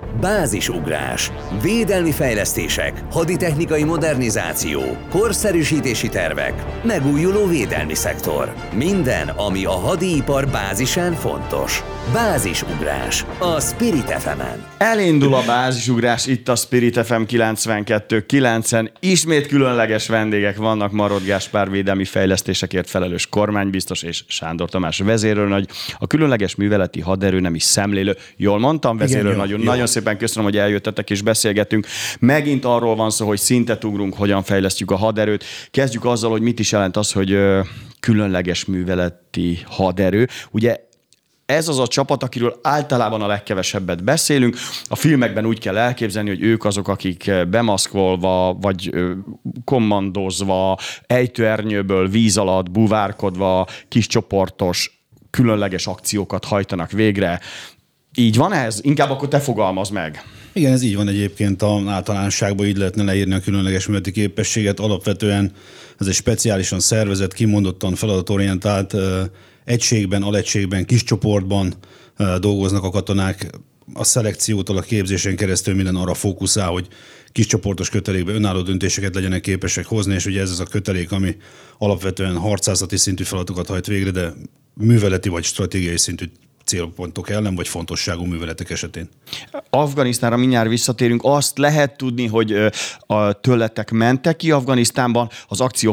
Bázisugrás, védelmi fejlesztések, haditechnikai modernizáció, korszerűsítési tervek, megújuló védelmi szektor. Minden, ami a hadipar bázisán fontos. Bázisugrás a Spirit FM-en. Elindul a bázisugrás itt a Spirit FM 92.9-en. Ismét különleges vendégek vannak, Marott Gáspár védelmi fejlesztésekért felelős kormánybiztos és Sándor Tamás vezérőrnagy, a különleges műveleti haderőnemi szemlélő. Jól mondtam, vezérőrnagy? Nagyon szépen köszönöm, hogy eljöttetek és beszélgetünk. Megint arról van szó, hogy szintet ugrunk, hogyan fejlesztjük a haderőt. Kezdjük azzal, hogy mit is jelent az, hogy különleges műveleti haderő. Ugye ez az a csapat, akiről általában a legkevesebbet beszélünk. A filmekben úgy kell elképzelni, hogy ők azok, akik bemaszkolva, vagy kommandozva, ejtőernyőből, víz alatt, buvárkodva, kiscsoportos, különleges akciókat hajtanak végre. Így van ez? Inkább akkor te fogalmazd meg. Igen, ez így van egyébként, általánosságban így lehetne leírni a különleges műveleti képességet. Alapvetően ez egy speciálisan szervezett, kimondottan feladatorientált egységben, alegységben, kis csoportban dolgoznak a katonák. A szelekciótól a képzésen keresztül minden arra fókuszál, hogy kis csoportos kötelékben önálló döntéseket legyenek képesek hozni, és ugye ez az a kötelék, ami alapvetően harcászati szintű feladatokat hajt végre, de műveleti vagy stratégiai szintű célpontok ellen, vagy fontosságú műveletek esetén. Afganisztánra mindjárt visszatérünk. Azt lehet tudni, hogy tőletek mentek ki Afganisztánban, az akció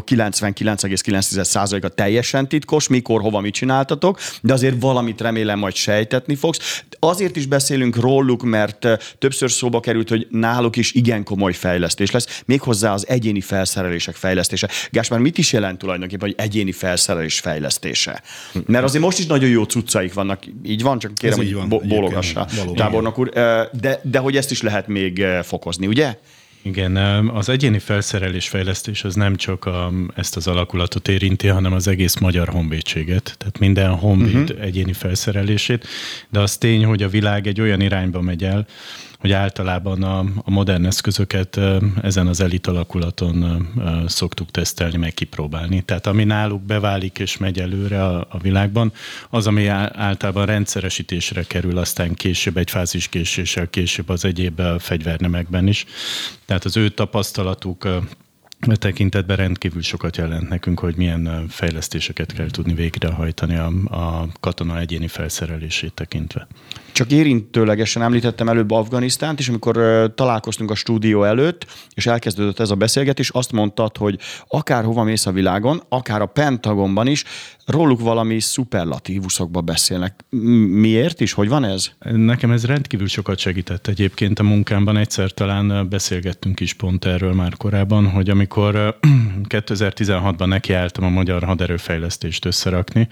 99,9%-a teljesen titkos, mikor, hova, mit csináltatok, de azért valamit remélem majd sejtetni fogsz. Azért is beszélünk róluk, mert többször szóba került, hogy náluk is igen komoly fejlesztés lesz, méghozzá az egyéni felszerelések fejlesztése. Gáspár, mit is jelent tulajdonképpen, hogy egyéni felszerelés fejlesztése? Mert azért most is nagyon jó cuccaik vannak. Így van, csak kérem, hogy bólogassá, tábornok úr. De hogy ezt is lehet még fokozni, ugye? Igen, az egyéni felszerelés fejlesztés az nem csak ezt az alakulatot érinti, hanem az egész magyar honvédséget, tehát minden honvéd egyéni felszerelését, de az tény, hogy a világ egy olyan irányba megy el, hogy általában a modern eszközöket ezen az elit alakulaton szoktuk tesztelni, meg kipróbálni. Tehát ami náluk beválik és megy előre a világban, az, ami általában rendszeresítésre kerül, aztán később egy fáziskéséssel, később az egyéb fegyvernemekben is. Tehát az ő tapasztalatuk tekintetben rendkívül sokat jelent nekünk, hogy milyen fejlesztéseket kell tudni végrehajtani a katona egyéni felszerelését tekintve. Csak érintőlegesen említettem előbb Afganisztánt, és amikor találkoztunk a stúdió előtt, és elkezdődött ez a beszélgetés, azt mondtad, hogy akárhova mész a világon, akár a Pentagonban is, róluk valami szuperlatívuszokba beszélnek. Miért is? Hogy van ez? Nekem ez rendkívül sokat segített egyébként a munkámban. Egyszer talán beszélgettünk is pont erről már korábban, hogy amikor 2016-ban nekiálltam a magyar haderőfejlesztést összerakni,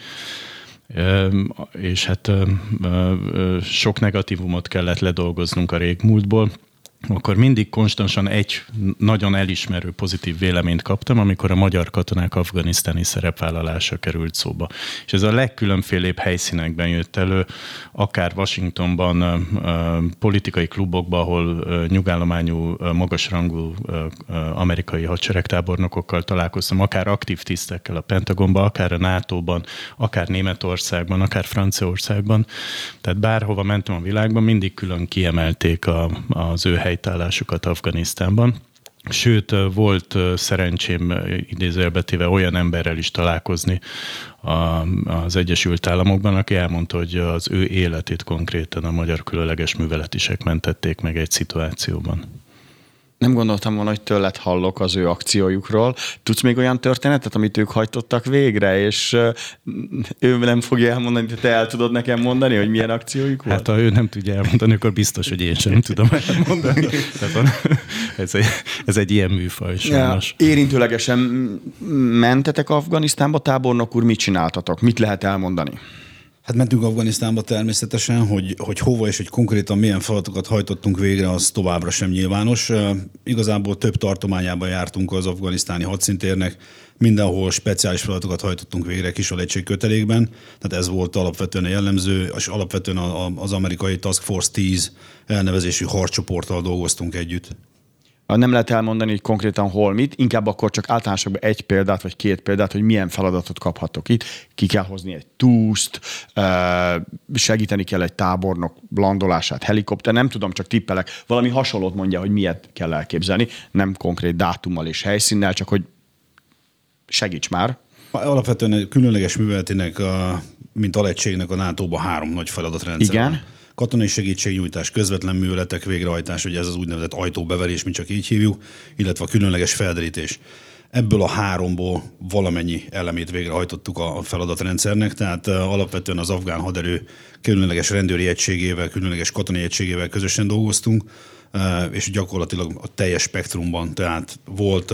és hát sok negatívumot kellett ledolgoznunk a régmúltból, akkor mindig konstansan egy nagyon elismerő pozitív véleményt kaptam, amikor a magyar katonák afganisztáni szerepvállalása került szóba. És ez a legkülönfélébb helyszínekben jött elő, akár Washingtonban, politikai klubokban, ahol nyugállományú, magasrangú amerikai hadseregtábornokokkal találkoztam, akár aktív tisztekkel a Pentagonban, akár a NATO-ban, akár Németországban, akár Franciaországban. Tehát bárhova mentem a világban, mindig külön kiemelték az ő helytállásukat Afganisztánban. Sőt, volt szerencsém idézőjelbetéve olyan emberrel is találkozni az Egyesült Államokban, aki elmondta, hogy az ő életét konkrétan a magyar különleges műveletisek mentették meg egy szituációban. Nem gondoltam volna, hogy tőled hallok az ő akciójukról. Tudsz még olyan történetet, amit ők hajtottak végre, és ő nem fogja elmondani, te el tudod nekem mondani, hogy milyen akciójuk volt? Hát ha ő nem tudja elmondani, akkor biztos, hogy én sem tudom elmondani. Ez egy ilyen műfaj sajnos. Ja, érintőlegesen mentetek Afganisztánba, tábornok úr, mit csináltatok? Mit lehet elmondani? Hát mentünk Afganisztánba természetesen, hogy hova és hogy konkrétan milyen feladatokat hajtottunk végre, az továbbra sem nyilvános. Igazából több tartományában jártunk az afganisztáni hadszintérnek, mindenhol speciális feladatokat hajtottunk végre kisalegység kötelékben, tehát ez volt alapvetően a jellemző, és alapvetően az amerikai Task Force 10 elnevezésű harccsoporttal dolgoztunk együtt. Nem lehet elmondani, hogy konkrétan hol mit, inkább akkor csak általánosabban egy példát, vagy két példát, hogy milyen feladatot kaphatok itt. Ki kell hozni egy túszt, segíteni kell egy tábornok landolását, helikopter, nem tudom, csak tippelek. Valami hasonlót mondja, hogy miért kell elképzelni, nem konkrét dátummal és helyszínnel, csak hogy segíts már. Alapvetően egy különleges műveletének, mint alegységnek a NATO-ban 3 nagy feladatrendszer. Igen. Katonai segítségnyújtás, közvetlen műveletek végrehajtás, ugye ez az úgynevezett ajtóbeverés, mi csak így hívjuk, illetve a különleges felderítés. Ebből a 3-ból valamennyi elemét végrehajtottuk a feladatrendszernek, tehát alapvetően az afgán haderő különleges rendőri egységével, különleges katonai egységével közösen dolgoztunk, és gyakorlatilag a teljes spektrumban, tehát volt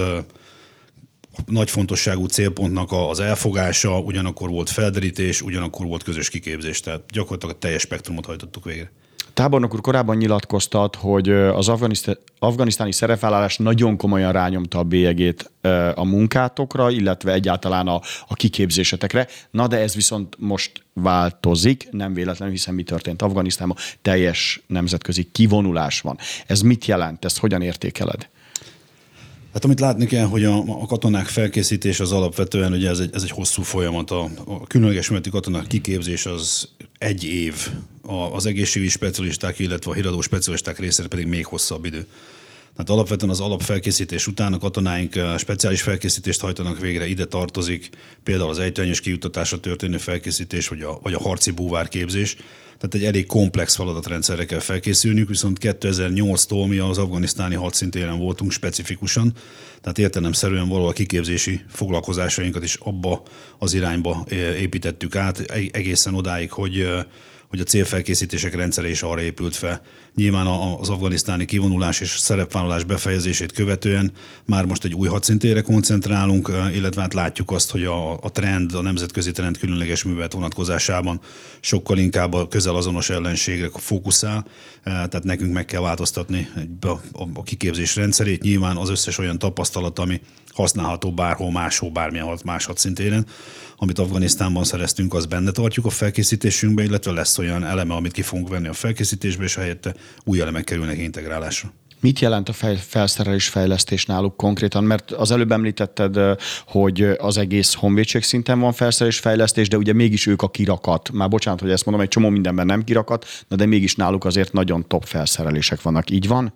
nagy fontosságú célpontnak az elfogása, ugyanakkor volt felderítés, ugyanakkor volt közös kiképzés, tehát gyakorlatilag a teljes spektrumot hajtottuk végre. Tábornok úr korábban nyilatkoztat, hogy az afganisztáni szerepvállalás nagyon komolyan rányomta a bélyegét a munkátokra, illetve egyáltalán a kiképzésetekre. Na de ez viszont most változik, nem véletlenül, hiszen mi történt Afganisztánban, teljes nemzetközi kivonulás van. Ez mit jelent? Ezt hogyan értékeled? Hát amit látni kell, hogy a katonák felkészítés az alapvetően, ugye ez egy hosszú folyamat. A különleges műveleti katonák kiképzés az 1 év, az egészségügyi specialisták, illetve a híradó specialisták részére pedig még hosszabb idő. Tehát alapvetően az alapfelkészítés után a katonáink speciális felkészítést hajtanak végre, ide tartozik például az ejtőernyős kijuttatásra történő felkészítés, vagy a harci búvárképzés. Tehát egy elég komplex feladatrendszerre kell felkészülnünk, viszont 2008-tól mi az afganisztáni hadszintéren voltunk specifikusan, tehát értelemszerűen valahol a kiképzési foglalkozásainkat is abba az irányba építettük át, egészen odáig, hogy a célfelkészítések rendszere is arra épült fel. Nyilván az afganisztáni kivonulás és szerepvállalás befejezését követően már most egy új hadszintére koncentrálunk, illetve hát látjuk azt, hogy a trend, a nemzetközi trend különleges művelet vonatkozásában sokkal inkább a közel azonos ellenségre fókuszál, tehát nekünk meg kell változtatni a kiképzés rendszerét. Nyilván az összes olyan tapasztalat, ami használható bárhol, máshol, bármilyen más hadszintéren, amit Afganisztánban szereztünk, az benne tartjuk a felkészítésünkbe, illetve lesz olyan eleme, amit ki fogunk venni a felkészítésbe, és helyette új elemek kerülnek integrálásra. Mit jelent a felszerelés fejlesztés náluk konkrétan? Mert az előbb említetted, hogy az egész honvédség szinten van felszerelés fejlesztés, de ugye mégis ők a kirakat. Már bocsánat, hogy ezt mondom, egy csomó mindenben nem kirakat, de mégis náluk azért nagyon top felszerelések vannak. Így van?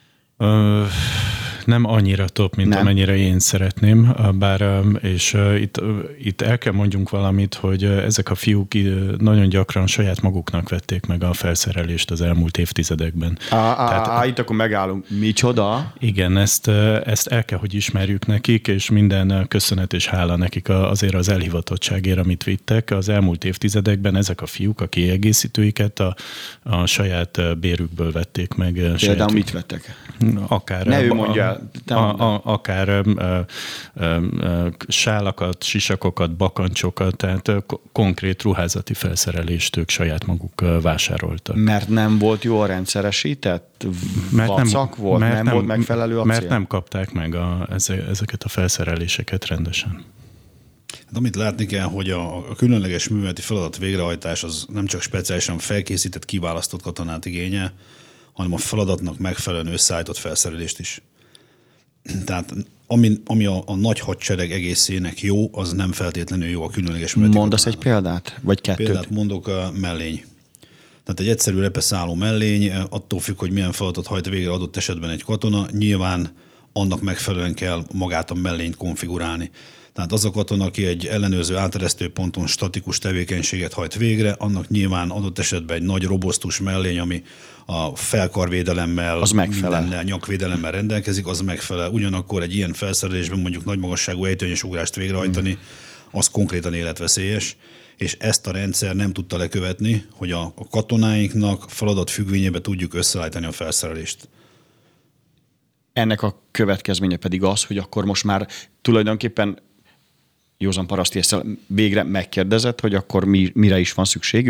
Nem annyira top, mint amennyire én szeretném, bár és itt el kell mondjunk valamit, hogy ezek a fiúk nagyon gyakran saját maguknak vették meg a felszerelést az elmúlt évtizedekben. Itt akkor megállunk. Micsoda? Igen, ezt el kell, hogy ismerjük nekik, és minden köszönet és hála nekik azért az elhivatottságért, amit vittek. Az elmúlt évtizedekben ezek a fiúk, a kiegészítőiket a saját bérükből vették meg. Például mit vettek? Akár ne ő mondja. Akár sálakat, sisakokat, bakancsokat, tehát konkrét ruházati felszerelést ők saját maguk vásároltak. Mert nem volt jól rendszeresített? Vacak volt? Nem volt megfelelő acél? Mert nem kapták meg ezeket a felszereléseket rendesen. Hát amit látni kell, hogy a különleges műveleti feladat végrehajtás az nem csak speciálisan felkészített, kiválasztott katonát igényel, hanem a feladatnak megfelelően összeállított felszerelést is. Tehát ami a nagy hadsereg egészének jó, az nem feltétlenül jó a különleges műveleti. Mondasz egy példát? Vagy 2? Példát mondok, a mellény. Tehát egy egyszerű repeszálló mellény, attól függ, hogy milyen feladatot hajt végre adott esetben egy katona, nyilván annak megfelelően kell magát a mellényt konfigurálni. Tehát az a katona, aki egy ellenőrző áteresztő ponton statikus tevékenységet hajt végre, annak nyilván adott esetben egy nagy robosztus mellény, ami a felkarvédelemmel, mindennel, nyakvédelemmel rendelkezik, az megfelel. Ugyanakkor egy ilyen felszerelésben mondjuk nagy magasságú ejtőernyős ugrást végrehajtani, az konkrétan életveszélyes, és ezt a rendszer nem tudta lekövetni, hogy a katonáinknak feladat függvényében tudjuk összeállítani a felszerelést. Ennek a következménye pedig az, hogy akkor most már tulajdonképpen józan paraszti észre végre megkérdezett, hogy akkor mire is van szükségük?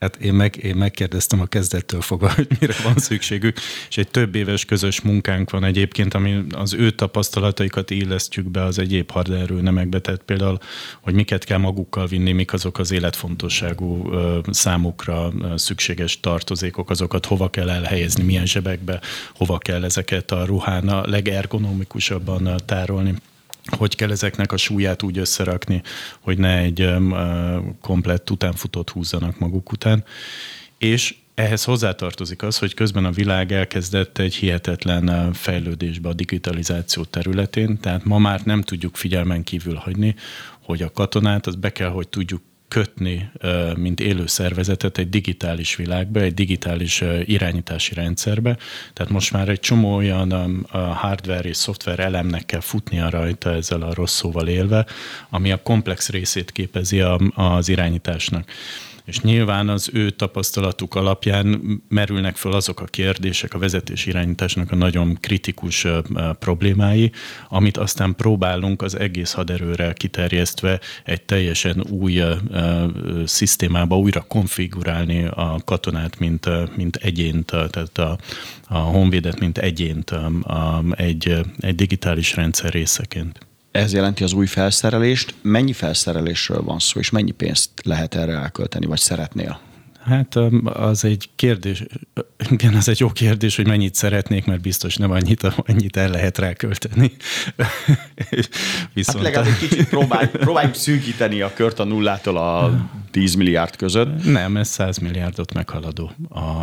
Hát én megkérdeztem a kezdettől fogva, hogy mire van szükségük, és egy több éves közös munkánk van egyébként, ami az ő tapasztalataikat illesztjük be az egyéb haderőnemekbe, tehát például, hogy miket kell magukkal vinni, mik azok az életfontosságú számukra szükséges tartozékok, azokat hova kell elhelyezni, milyen zsebekbe, hova kell ezeket a ruhán a legergonomikusabban tárolni. Hogy kell ezeknek a súlyát úgy összerakni, hogy ne egy komplett utánfutót húzzanak maguk után. És ehhez hozzátartozik az, hogy közben a világ elkezdett egy hihetetlen fejlődésbe a digitalizáció területén, tehát ma már nem tudjuk figyelmen kívül hagyni, hogy a katonát az be kell, hogy tudjuk kötni, mint élő szervezetet egy digitális világba, egy digitális irányítási rendszerbe. Tehát most már egy csomó olyan hardware és szoftver elemnek kell futnia rajta, ezzel a rossz szóval élve, ami a komplex részét képezi az irányításnak. És nyilván az ő tapasztalatuk alapján merülnek föl azok a kérdések, a vezetés irányításnak a nagyon kritikus problémái, amit aztán próbálunk az egész haderőre kiterjesztve egy teljesen új szisztémába újra konfigurálni a katonát, mint egyént, tehát a honvédet, mint egyént egy digitális rendszer részeként. Ez jelenti az új felszerelést. Mennyi felszerelésről van szó, és mennyi pénzt lehet erre elkölteni, vagy szeretnél? Hát az egy kérdés, igen, az egy jó kérdés, hogy mennyit szeretnék, mert biztos nem annyit el lehet rákölteni. Viszont... Hát legalább egy kicsit próbáljuk szűkíteni a kört a nullától a 10 milliárd között. Nem, ez 100 milliárdot meghaladó.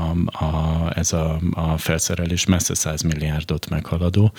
Ez a felszerelés messze 100 milliárdot meghaladó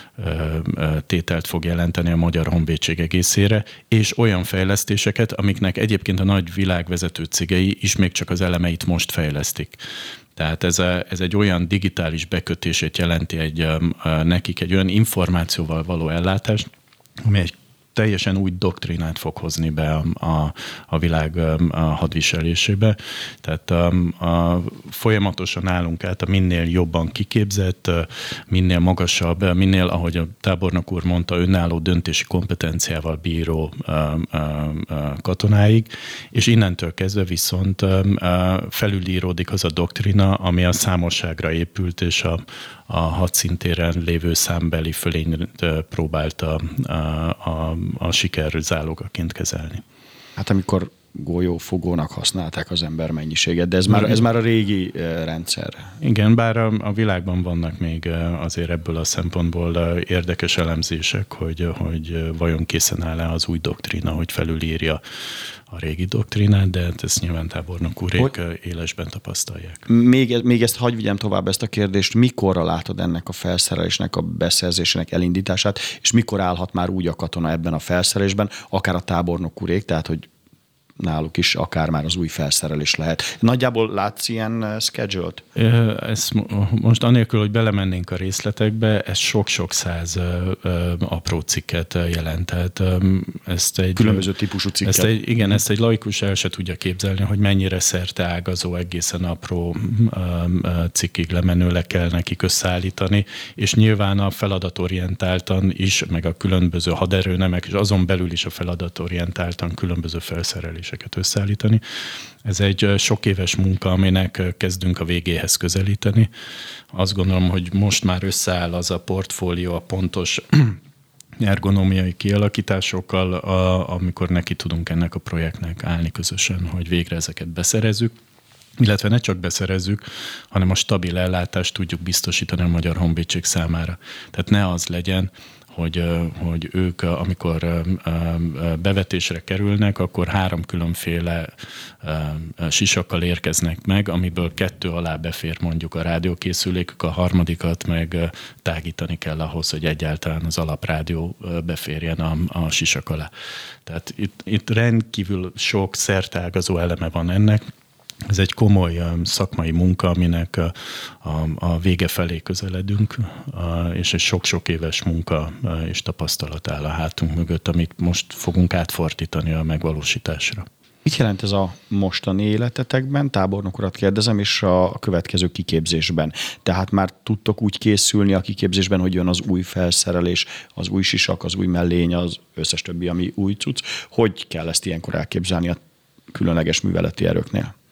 tételt fog jelenteni a Magyar Honvédség egészére, és olyan fejlesztéseket, amiknek egyébként a nagy világvezető cégei is még csak az elemeit most fejlesztik. Tehát ez egy olyan digitális bekötését jelenti nekik egy olyan információval való ellátást, ami egy teljesen új doktrínát fog hozni be a világ hadviselésébe. Tehát folyamatosan állunk át a minél jobban kiképzett, minél magasabb, minél, ahogy a tábornok úr mondta, önálló döntési kompetenciával bíró katonáig, és innentől kezdve viszont felülíródik az a doktrina, ami a számosságra épült, és a hadszintéren lévő számbeli fölényt próbálta a siker zálogaként kezelni. Hát amikor golyófogónak használták az ember mennyiséget, de ez már a régi rendszer. Igen, bár a világban vannak még azért ebből a szempontból érdekes elemzések, hogy vajon készen áll-e az új doktrína, hogy felülírja a régi doktrínát, de ezt nyilván tábornok úrék élesben tapasztalják. Még ezt hagyj vigyem tovább ezt a kérdést, mikorra látod ennek a felszerelésnek, a beszerzésének elindítását, és mikor állhat már úgy a katona ebben a felszerelésben, akár a tábornok úrék, tehát hogy náluk is akár már az új felszerelés lehet. Nagyjából látsz ilyen schedule-t? Most anélkül, hogy belemennénk a részletekbe, ez sok-sok száz apró cikket jelent. Tehát különböző típusú cikket. Ezt egy laikus el se tudja képzelni, hogy mennyire szerte ágazó, egészen apró cikkig lemenőleg kell nekik összeállítani, és nyilván a feladatorientáltan is, meg a különböző haderőnemek, és azon belül is a feladatorientáltan különböző felszereléseket összeállítani. Ez egy sok éves munka, aminek kezdünk a végéhez közelíteni. Azt gondolom, hogy most már összeáll az a portfólió a pontos ergonómiai kialakításokkal, amikor neki tudunk ennek a projektnek állni közösen, hogy végre ezeket beszerezzük. Illetve ne csak beszerezzük, hanem a stabil ellátást tudjuk biztosítani a Magyar Honvédség számára. Tehát ne az legyen, hogy ők, amikor bevetésre kerülnek, akkor 3 különféle sisakkal érkeznek meg, amiből 2 alá befér mondjuk a rádiókészülékük, a 3-at meg tágítani kell ahhoz, hogy egyáltalán az alaprádió beférjen a sisak alá. Tehát itt rendkívül sok szerteágazó eleme van ennek. Ez egy komoly szakmai munka, aminek a vége felé közeledünk, és egy sok-sok éves munka és tapasztalat áll a hátunk mögött, amit most fogunk átfordítani a megvalósításra. Mit jelent ez a mostani életetekben? Tábornok urat kérdezem, és a következő kiképzésben. Tehát már tudtok úgy készülni a kiképzésben, hogy jön az új felszerelés, az új sisak, az új mellény, az összes többi, ami új cucc. Hogy kell ezt ilyenkor elképzelni a különleges műveleti erőknél?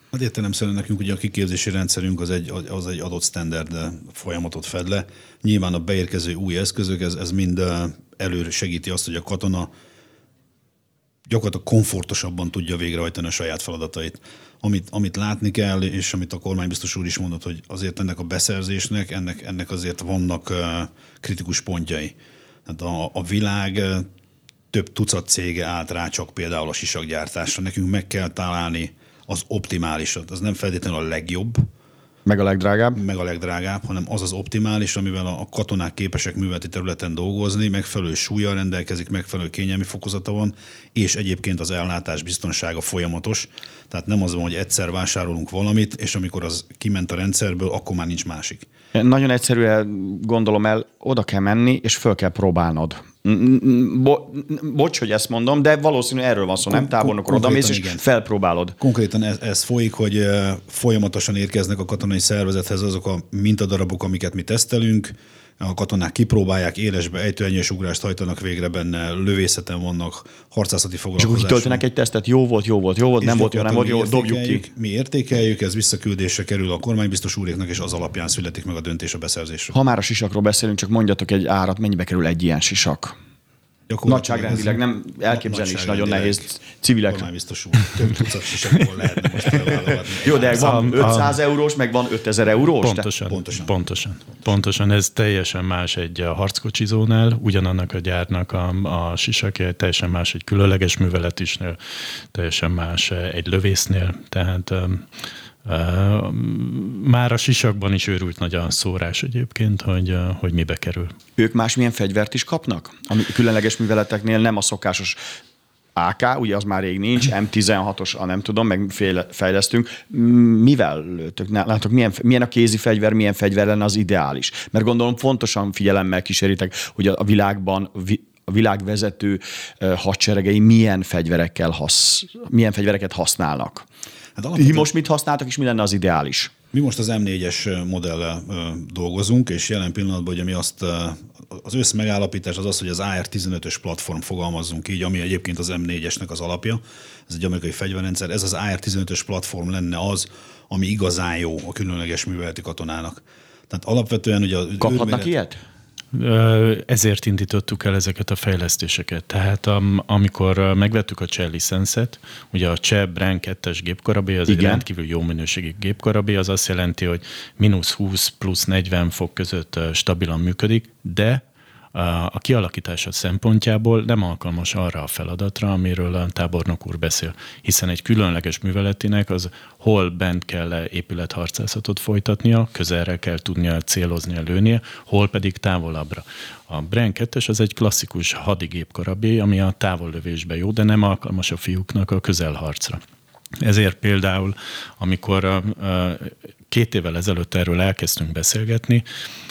Hát értelemszerűen nekünk ugye a kiképzési rendszerünk az egy adott standard folyamatot fed le. Nyilván a beérkező új eszközök, ez mind előre segíti azt, hogy a katona gyakorlatilag komfortosabban tudja végrehajtani a saját feladatait. Amit látni kell, és amit a kormánybiztos úr is mondott, hogy azért ennek a beszerzésnek, ennek azért vannak kritikus pontjai. Tehát a világ több tucat cége állt rá csak például a sisakgyártásra. Nekünk meg kell találni az optimálisat. Az nem feltétlenül a legjobb, meg a legdrágább, hanem az optimális, amivel a katonák képesek műveleti területen dolgozni, megfelelő súllyal rendelkezik, megfelelő kényelmi fokozata van, és egyébként az ellátás biztonsága folyamatos. Tehát nem az van, hogy egyszer vásárolunk valamit, és amikor az kiment a rendszerből, akkor már nincs másik. Nagyon egyszerűen gondolom el, oda kell menni, és föl kell próbálnod. Bocs, hogy ezt mondom, de valószínű erről van szó, nem? Tábornokor odamész, és felpróbálod. Konkrétan ez folyik, hogy folyamatosan érkeznek a katonai szervezethez azok a mintadarabok, amiket mi tesztelünk, a katonák kipróbálják, élesbe ejtőernyős ugrást hajtanak végre benne, lövészeten vannak, harcászati foglalkozásban. És akkor kitöltenek egy tesztet, jó volt, nem volt jó, dobjuk ki. Mi értékeljük, ez visszaküldésre kerül a kormánybiztos úréknak, és az alapján születik meg a döntés a beszerzésről. Ha már a sisakról beszélünk, csak mondjatok egy árat, mennyibe kerül egy ilyen sisak? Nagyságrendileg nem elképzelni is nagyon nehéz civilek. Kormánybiztos úr, több tucat sisakból lehetne most felválogatni. Jó, de van 500 eurós, meg van 5000 eurós? Pontosan. Ez teljesen más egy harckocsizónál, ugyanannak a gyárnak a sisakja, teljesen más egy különleges műveletisnél, teljesen más egy lövésznél, tehát már a sisakban is őrült nagy a szórás egyébként, hogy mibe kerül. Ők másmilyen fegyvert is kapnak? Ami különleges műveleteknél nem a szokásos AK, ugye az már rég nincs, M16-os, nem tudom, meg fejlesztünk. Mivel lőtök? Látok, milyen a kézi fegyver, milyen fegyver lenne az ideális? Mert gondolom fontosan figyelemmel kíséritek, hogy a világban a világ vezető hadseregei milyen fegyvereket használnak. Hát most mit használtak, és mi lenne az ideális? Mi most az M4-es modellel dolgozunk, és jelen pillanatban, hogy mi az összmegállapítás az, hogy az AR-15-ös platform fogalmazzunk így, ami egyébként az M4-esnek az alapja. Ez egy amerikai fegyverrendszer. Ez az AR-15-ös platform lenne az, ami igazán jó a különleges műveleti katonának. Tehát alapvetően ugye kaphatnak ilyet? Ezért indítottuk el ezeket a fejlesztéseket. Tehát amikor megvettük a cseh licenszet, ugye a cseh Bren 2-es gépkarabé, az egy rendkívül jó minőségi gépkarabé, az azt jelenti, hogy -20 plusz 40 fok között stabilan működik, de a kialakítása szempontjából nem alkalmas arra a feladatra, amiről a tábornok úr beszél, hiszen egy különleges műveletinek az hol bent kell épületharcászatot folytatnia, közelre kell tudnia céloznia, lőnie, hol pedig távolabbra. A Bren 2-es az egy klasszikus hadigépkarabé, ami a távollövésbe jó, de nem alkalmas a fiúknak a közelharcra. Ezért például, amikor 2 évvel ezelőtt erről elkezdtünk beszélgetni,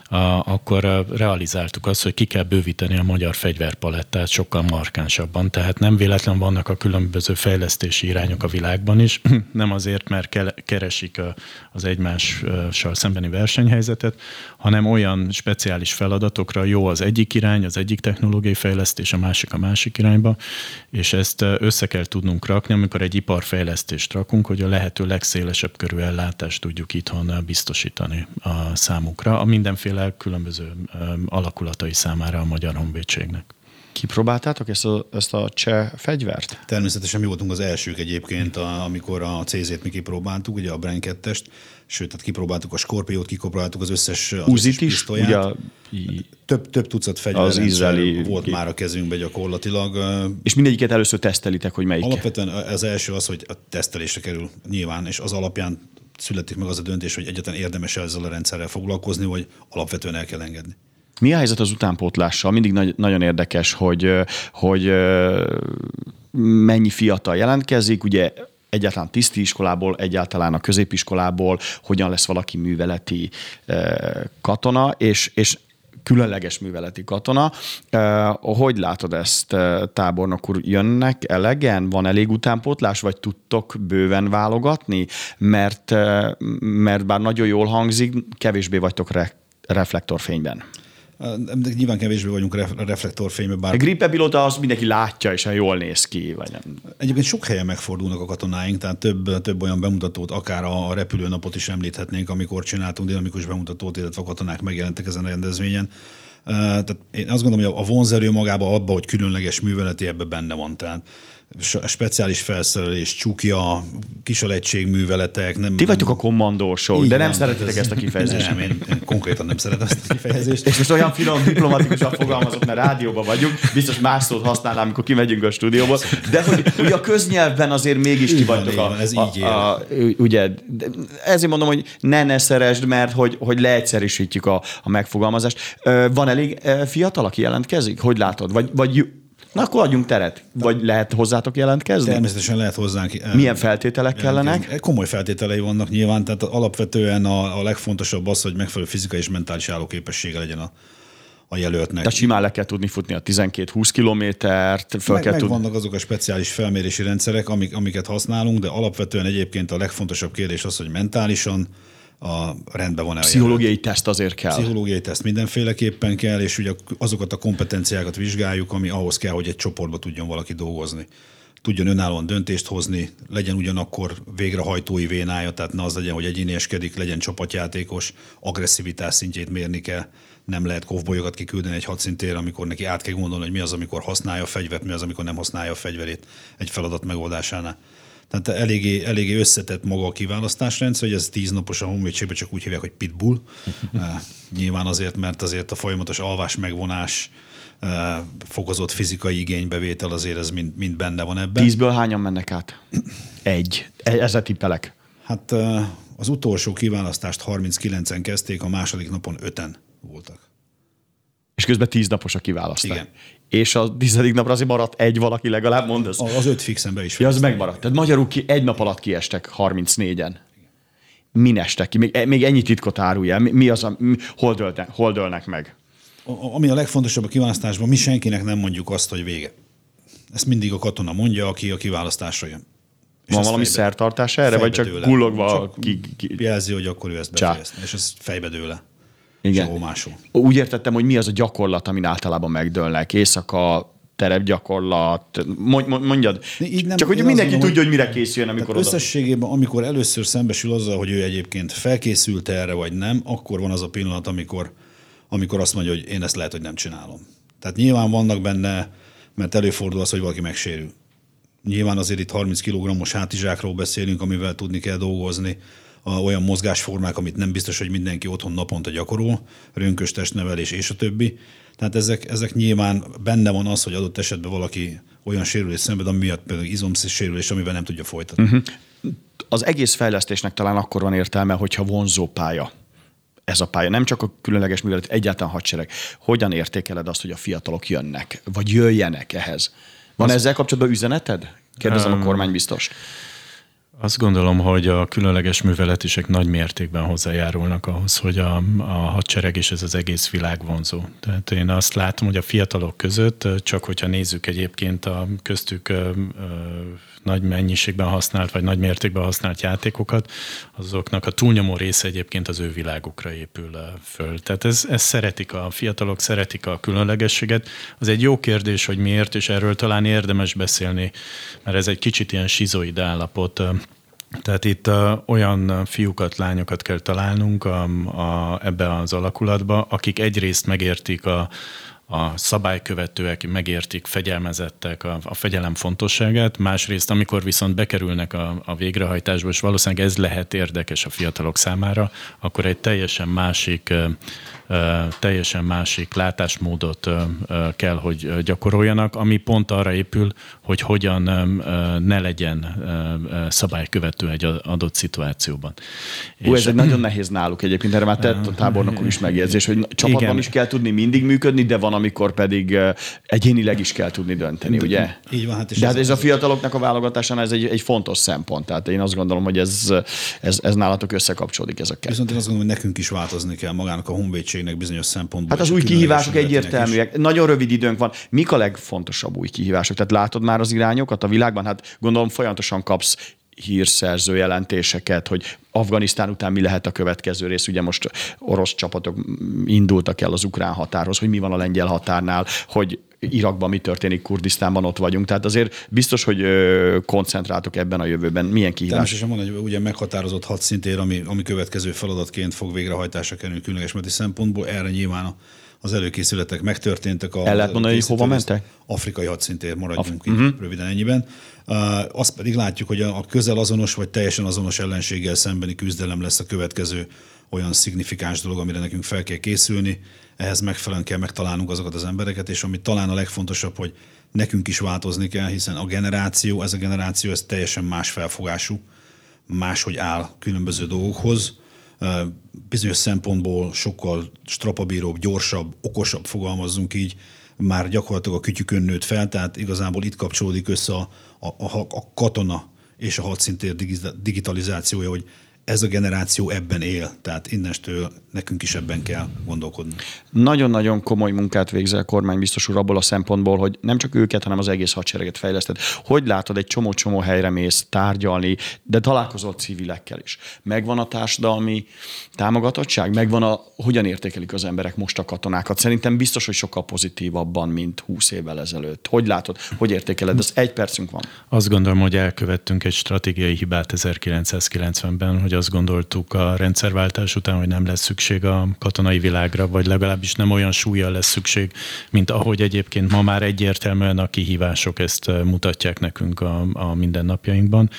akkor realizáltuk azt, hogy ki kell bővíteni a magyar fegyverpalettát sokkal markánsabban. Tehát nem véletlen vannak a különböző fejlesztési irányok a világban is, nem azért, mert keresik az egymással szembeni versenyhelyzetet, hanem olyan speciális feladatokra jó az egyik irány, az egyik technológiai fejlesztés, a másik irányba, és ezt össze kell tudnunk rakni, amikor egy iparfejlesztést rakunk, hogy a lehető legszélesebb körű ellátást tudjuk itthon biztosítani a számukra, a mindenféle különböző alakulatai számára a Magyar Honvédségnek. Kipróbáltátok ezt a cseh fegyvert? Természetesen mi voltunk az elsők egyébként, amikor a CZ-t mi kipróbáltuk, ugye a Bren 2-est, sőt, tehát kipróbáltuk a Skorpiót, kipróbáltuk az összes pisztolyát. Több tucat fegyverrendszer volt már a kezünkben gyakorlatilag. És mindegyiket először tesztelitek, hogy melyik? Alapvetően az első az, hogy a tesztelésre kerül nyilván, és az alapján születik meg az a döntés, hogy egyáltalán érdemes ezzel a rendszerrel foglalkozni, vagy alapvetően el kell engedni. Mi a helyzet az utánpótlással? Mindig nagyon érdekes, hogy mennyi fiatal jelentkezik, ugye egyáltalán tiszti iskolából, egyáltalán a középiskolából, hogyan lesz valaki műveleti katona, és különleges műveleti katona. Hogy látod ezt, tábornok úr? Jönnek elegen? Van elég utánpótlás, vagy tudtok bőven válogatni? Mert bár nagyon jól hangzik, kevésbé vagytok reflektorfényben. Nyilván kevésbé vagyunk reflektorfényben, bár... A gripepilóta az mindenki látja, és jól néz ki, vagy nem. Egyébként sok helyen megfordulnak a katonáink, tehát több olyan bemutatót, akár a repülőnapot is említhetnénk, amikor csináltunk dinamikus bemutatót, illetve a katonák megjelentek ezen a rendezvényen. Tehát én azt gondolom, hogy a vonzerő magában abban, hogy különleges műveleti, ebben benne van. Tehát speciális felszerelés, csukja, kisalegység műveletek. Ti vagytok a kommandósok, de nem szeretitek ezt a kifejezést. Nem, én konkrétan nem szeretem ezt a kifejezést. És most olyan finom, diplomatikusan fogalmazok, mert rádióban vagyunk, biztos más szót használnám, amikor kimegyünk a stúdióból, de hogy a köznyelvben azért mégis ti vagytok ugye, ezért mondom, hogy ne szeresd, mert hogy leegyszerűsítjük a megfogalmazást. Van elég fiatal, aki jelentkezik? Hogy látod? Vagy na, akkor adjunk teret. Vagy lehet hozzátok jelentkezni? Természetesen lehet hozzánk. Milyen feltételek kellenek? Komoly feltételei vannak nyilván, tehát alapvetően a legfontosabb az, hogy megfelelő fizikai és mentális állóképessége legyen a jelöltnek. Tehát simán le kell tudni futni a 12-20 kilométert. Vannak azok a speciális felmérési rendszerek, amiket használunk, de alapvetően egyébként a legfontosabb kérdés az, hogy mentálisan rendben van-e a pszichológiai teszt azért kell. Pszichológiai teszt mindenféleképpen kell, és ugye azokat a kompetenciákat vizsgáljuk, ami ahhoz kell, hogy egy csoportba tudjon valaki dolgozni. Tudjon önállóan döntést hozni, legyen ugyanakkor végrehajtói vénája, tehát ne az legyen, hogy egyénieskedik, legyen csapatjátékos, agresszivitás szintjét mérni kell. Nem lehet kovbolyokat kiküldeni egy hadszintérre, amikor neki át kell gondolni, hogy mi az, amikor használja a fegyvert, mi az, amikor nem használja a fegyverét egy feladat megoldásánál. Tehát eléggé összetett maga a kiválasztásrendszer, hogy ez 10 napos a honvédségben csak úgy hívják, hogy pitbull. Nyilván azért, mert azért a folyamatos alvás megvonás, fokozott fizikai igénybevétel azért ez mind benne van ebben. 10-ből hányan mennek át? Ezzel tippelek. Hát az utolsó kiválasztást 39-en kezdték, a második napon 5-en voltak. És közben 10 napos a kiválasztás. Igen. És a 10. napra azért maradt egy valaki legalább, mondasz? Az 5 fixen be is. Ja, az megmaradt. Tehát magyarul egy nap alatt kiestek 34-en. Min estek ki? Még ennyi titkot árulj el. Mi az, hol dőlnek meg? Ami a legfontosabb a kiválasztásban, mi senkinek nem mondjuk azt, hogy vége. Ezt mindig a katona mondja, aki a kiválasztásra jön. És van valami szertartás erre, vagy csak kullogva? Jelzi, hogy akkor ő ezt befejezte, és ez fejbe dől le. Igen. Úgy értettem, hogy mi az a gyakorlat, amin általában megdőlnek. Éjszaka, terepgyakorlat, mondjad. Csak hogy mindenki tudja, hogy mire készüljön, amikor oda. Összességében, amikor először szembesül azzal, hogy ő egyébként felkészült erre, vagy nem, akkor van az a pillanat, amikor azt mondja, hogy én ezt lehet, hogy nem csinálom. Tehát nyilván vannak benne, mert előfordul az, hogy valaki megsérül. Nyilván azért itt 30 kg-os hátizsákról beszélünk, amivel tudni kell dolgozni, olyan mozgásformák, amit nem biztos, hogy mindenki otthon naponta gyakorol, rönkös testnevelés és a többi. Tehát ezek nyilván benne van az, hogy adott esetben valaki olyan sérülés szenved, ami miatt például izomsérülés, amivel nem tudja folytatni. Uh-huh. Az egész fejlesztésnek talán akkor van értelme, hogyha vonzó pálya. Ez a pálya, nem csak a különleges művelet, egyáltalán hadsereg. Hogyan értékeled azt, hogy a fiatalok jönnek, vagy jöjjenek ehhez? Van ezzel kapcsolatban üzeneted? Kérdezem a kormánybiztost. Azt gondolom, hogy a különleges műveletisek nagy mértékben hozzájárulnak ahhoz, hogy a hadsereg és ez az egész világ vonzó. Tehát én azt látom, hogy a fiatalok között, csak hogyha nézzük egyébként a köztük nagy mennyiségben használt, vagy nagy mértékben használt játékokat, azoknak a túlnyomó része egyébként az ő világukra épül föl. Tehát ez szeretik, a fiatalok szeretik a különlegességet. Az egy jó kérdés, hogy miért, és erről talán érdemes beszélni, mert ez egy kicsit ilyen sizoid állapot. Tehát itt olyan fiúkat, lányokat kell találnunk ebbe az alakulatba, akik egyrészt megértik a szabálykövetőek, megértik, fegyelmezettek a fegyelem fontosságát, másrészt, amikor viszont bekerülnek a végrehajtásba, és valószínűleg ez lehet érdekes a fiatalok számára, akkor egy teljesen másik látásmódot kell, hogy gyakoroljanak, ami pont arra épül, hogy hogyan ne legyen szabálykövető egy adott szituációban. Ez egy nagyon nehéz náluk egyébként, erre már tett a tábornokon is megjegyzés, hogy csapatban igen. is kell tudni mindig működni, de van, amikor pedig egyénileg is kell tudni dönteni, ugye? Így van, hát de hát ez a fiataloknak a válogatásán ez egy fontos szempont, tehát én azt gondolom, hogy ez nálatok összekapcsolódik ez a kettő. Viszont én azt gondolom, hogy nekünk is változni kell magának a honvédségnek bizonyos szempontból. Hát az új kihívások egyértelműek. Nagyon rövid időnk van. Mik a legfontosabb új kihívások? Tehát látod már az irányokat a világban? Hát gondolom folyamatosan kapsz hírszerző jelentéseket, hogy Afganisztán után mi lehet a következő rész. Ugye most orosz csapatok indultak el az ukrán határhoz, hogy mi van a lengyel határnál, hogy Irakban mi történik, Kurdisztánban ott vagyunk. Tehát azért biztos, hogy koncentráltok ebben a jövőben. Milyen kihívás? Természetesen van egy ugye meghatározott hadszintér, ami következő feladatként fog végrehajtásra kerülni különleges menti szempontból. Erre nyilván az előkészületek megtörténtek. El lehet mondani, hogy hova mentek? Afrikai hadszintér, maradjunk így röviden ennyiben. Azt pedig látjuk, hogy a közel azonos vagy teljesen azonos ellenséggel szembeni küzdelem lesz a következő olyan szignifikáns dolog, amire nekünk fel kell készülni. Ehhez megfelelően kell megtalálnunk azokat az embereket, és ami talán a legfontosabb, hogy nekünk is változni kell, hiszen ez a generáció teljesen más felfogású, máshogy áll különböző dolgokhoz. Bizonyos szempontból sokkal strapabíróbb, gyorsabb, okosabb, fogalmazzunk így, már gyakorlatilag a kütyükön nőtt fel, tehát igazából itt kapcsolódik össze a katona és a hadszintér digitalizációja, hogy ez a generáció ebben él, tehát innestől nekünk is ebben kell gondolkodni. Nagyon-nagyon komoly munkát végzel a kormánybiztos úr abból a szempontból, hogy nem csak őket, hanem az egész hadsereget fejleszted. Hogy látod, egy csomó helyre mész tárgyalni, de találkozol civilekkel is. Megvan a társadalmi támogatottság? Megvan hogyan értékelik az emberek most a katonákat? Szerintem biztos, hogy sokkal pozitívabban, mint 20 évvel ezelőtt. Hogy látod, hogy értékeled? Ez 1 percünk van. Azt gondolom, hogy elkövettünk egy stratégiai hibát 1990-ben, hogy azt gondoltuk a rendszerváltás után, hogy nem lesz szükség a katonai világra, vagy legalábbis nem olyan súllyal lesz szükség, mint ahogy egyébként ma már egyértelműen a kihívások ezt mutatják nekünk a mindennapjainkban.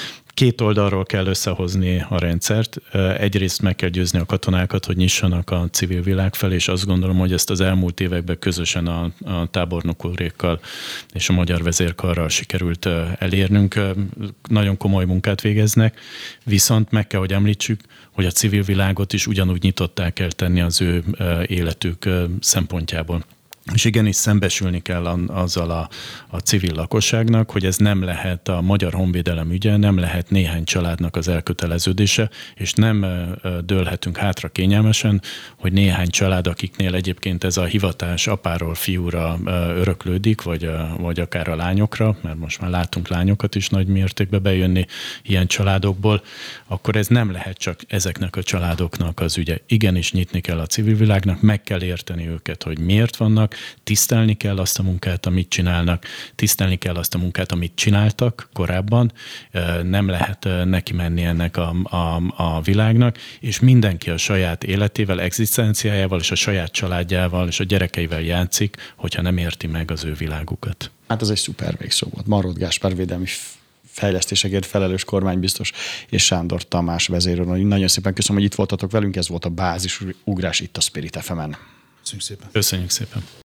2 oldalról kell összehozni a rendszert. Egyrészt meg kell győzni a katonákat, hogy nyissanak a civil világ felé, és azt gondolom, hogy ezt az elmúlt években közösen a tábornok úrékkal és a magyar vezérkarral sikerült elérnünk. Nagyon komoly munkát végeznek, viszont meg kell, hogy említsük, hogy a civil világot is ugyanúgy nyitották kell tenni az ő életük szempontjából. És igenis szembesülni kell azzal a civil lakosságnak, hogy ez nem lehet a magyar honvédelem ügye, nem lehet néhány családnak az elköteleződése, és nem dőlhetünk hátra kényelmesen, hogy néhány család, akiknél egyébként ez a hivatás apáról fiúra öröklődik, vagy akár a lányokra, mert most már látunk lányokat is nagy mértékben bejönni ilyen családokból, akkor ez nem lehet csak ezeknek a családoknak az ügye. Igenis nyitni kell a civil világnak, meg kell érteni őket, hogy miért vannak, tisztelni kell azt a munkát, amit csinálnak, tisztelni kell azt a munkát, amit csináltak korábban, nem lehet neki menni ennek a világnak, és mindenki a saját életével, egzisztenciájával, és a saját családjával, és a gyerekeivel játszik, hogyha nem érti meg az ő világukat. Hát ez egy szuper végszó volt. Marót Gáspár védelmi fejlesztésekért felelős kormánybiztos és Sándor Tamás vezérőr. Nagyon szépen köszönöm, hogy itt voltatok velünk, ez volt a Bázisugrás itt a Spirit FM-en. Köszönjük szépen. Köszönjük szépen.